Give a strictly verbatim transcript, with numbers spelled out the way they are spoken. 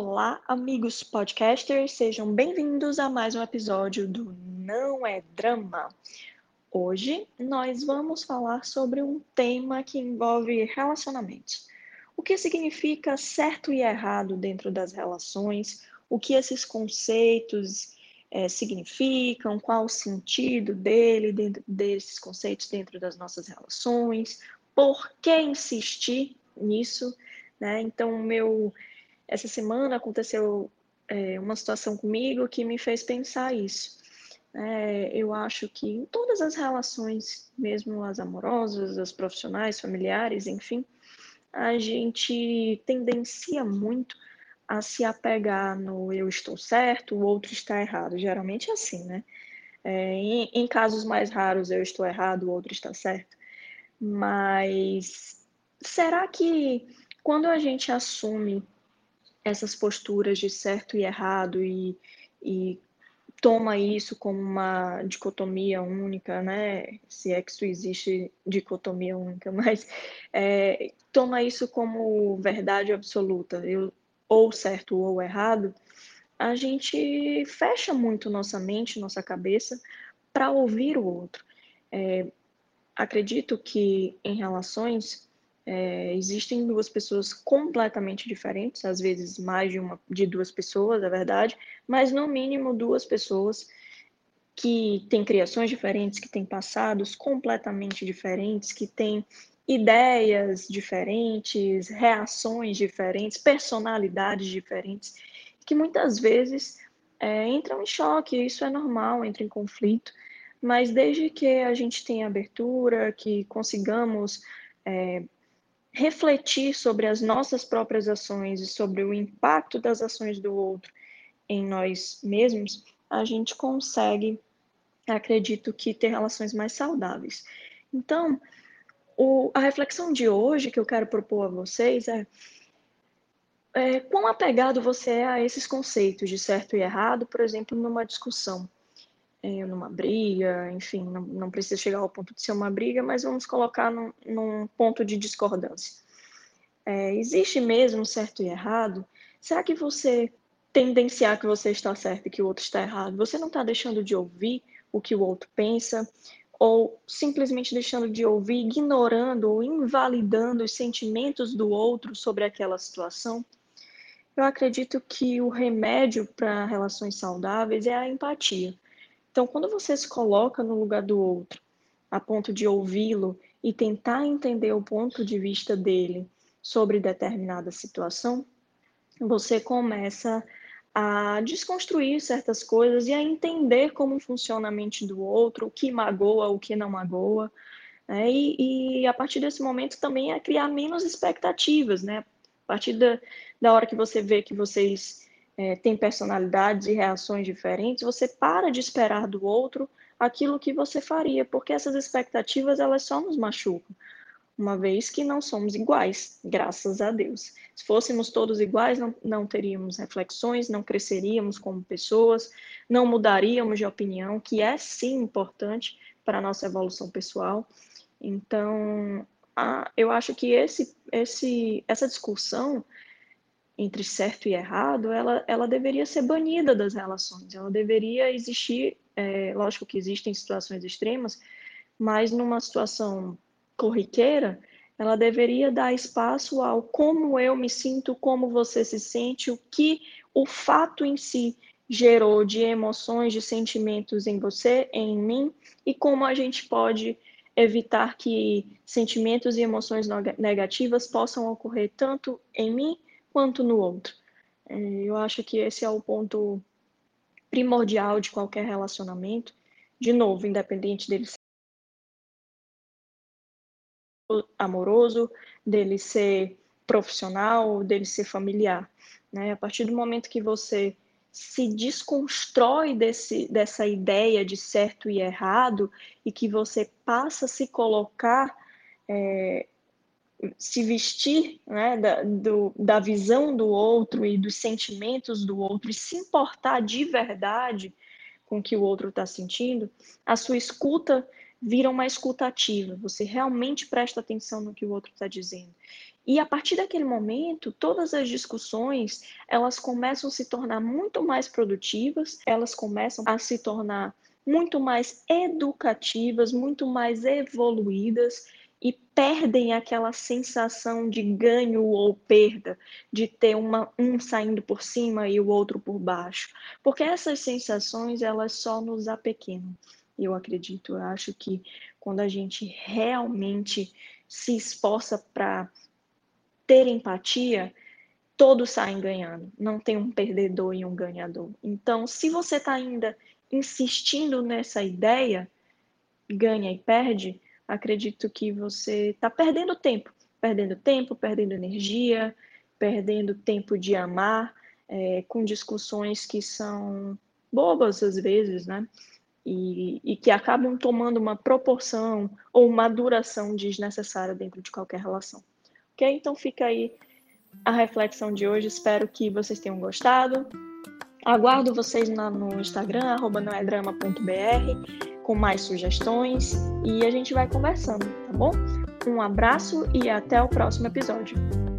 Olá, amigos podcasters, sejam bem-vindos a mais um episódio do Não é Drama. Hoje nós vamos falar sobre um tema que envolve relacionamentos. O que significa certo e errado dentro das relações, o que esses conceitos eh, significam, qual o sentido dele, dentro desses conceitos dentro das nossas relações, por que insistir nisso, né? Então, meu essa semana aconteceu, eh, uma situação comigo que me fez pensar isso. Eh, eu acho que em todas as relações, mesmo as amorosas, as profissionais, familiares, enfim, a gente tendencia muito a se apegar no "eu estou certo, o outro está errado", geralmente é assim, né. Eh, em em casos mais raros, eu estou errado, o outro está certo, mas será que quando a gente assume essas posturas de certo e errado e e toma isso como uma dicotomia única, né, se é que isso existe dicotomia única, mas, eh, toma isso como verdade absoluta, eu ou certo ou errado, a gente fecha muito nossa mente, nossa cabeça para ouvir o outro. Acredito que em relações, eh, existem duas pessoas completamente diferentes, às vezes mais de uma de duas pessoas, é verdade, mas no mínimo duas pessoas que têm criações diferentes, que têm passados completamente diferentes, que têm ideias diferentes, reações diferentes, personalidades diferentes, que muitas vezes, eh, entram em choque, isso é normal, entra em conflito, mas desde que a gente tenha abertura, que consigamos, eh, refletir sobre as nossas próprias ações e sobre o impacto das ações do outro em nós mesmos, a gente consegue, acredito que, ter relações mais saudáveis. Então, o a reflexão de hoje que eu quero propor a vocês é, eh, quão apegado você é a esses conceitos de certo e errado, por exemplo, numa discussão, eh, numa briga, enfim, não não precisa chegar ao ponto de ser uma briga, mas vamos colocar num num ponto de discordância. Eh, existe mesmo certo e errado? Será que você tendenciar que você está certo e que o outro está errado, você não está deixando de ouvir o que o outro pensa, ou simplesmente deixando de ouvir, ignorando ou invalidando os sentimentos do outro sobre aquela situação? Eu acredito que o remédio para relações saudáveis é a empatia. Então, quando você se coloca no lugar do outro, a ponto de ouvi-lo e tentar entender o ponto de vista dele sobre determinada situação, você começa a desconstruir certas coisas e a entender como funciona a mente do outro, o que magoa, o que não magoa, né, e e a partir desse momento também é criar menos expectativas, né. A partir da da hora que você vê que vocês, eh, têm personalidades e reações diferentes, você para de esperar do outro aquilo que você faria, porque essas expectativas elas só nos machucam, uma vez que não somos iguais, graças a Deus. Se fôssemos todos iguais, não não teríamos reflexões, não cresceríamos como pessoas, não mudaríamos de opinião, que é sim importante para a nossa evolução pessoal. Então, a eu acho que esse esse essa discussão entre certo e errado, ela ela deveria ser banida das relações, ela deveria existir, eh, lógico que existem situações extremas, mas numa situação corriqueira, ela deveria dar espaço ao como eu me sinto, como você se sente, o que o fato em si gerou de emoções, de sentimentos em você, em mim, e como a gente pode evitar que sentimentos e emoções noga negativas possam ocorrer tanto em mim quanto no outro. Eh, eu acho que esse é o ponto primordial de qualquer relacionamento, de novo, independente dele amoroso, dele ser profissional, dele ser familiar, né. A partir do momento que você se desconstrói desse dessa ideia de certo e errado, e que você passa a se colocar, eh, se vestir, né, da do da visão do outro e dos sentimentos do outro e se importar de verdade com o que o outro está sentindo, a sua escuta vira uma escutativa, você realmente presta atenção no que o outro está dizendo. E a partir daquele momento, todas as discussões, elas começam a se tornar muito mais produtivas, elas começam a se tornar muito mais educativas, muito mais evoluídas e perdem aquela sensação de ganho ou perda, de ter uma, um saindo por cima e o outro por baixo. Porque essas sensações, elas só nos apequenam. Eu acredito, eu acho que quando a gente realmente se esforça para ter empatia, todos saem ganhando. Não tem um perdedor e um ganhador. Então, se você está ainda insistindo nessa ideia, ganha e perde, acredito que você está perdendo tempo. Perdendo tempo, perdendo energia, perdendo tempo de amar, é, com discussões que são bobas às vezes, né? E, e que acabam tomando uma proporção ou uma duração desnecessária dentro de qualquer relação. Ok? Então fica aí a reflexão de hoje. Espero que vocês tenham gostado. Aguardo vocês no Instagram, arroba noedrama ponto b r, com mais sugestões e a gente vai conversando, tá bom? Um abraço e até o próximo episódio.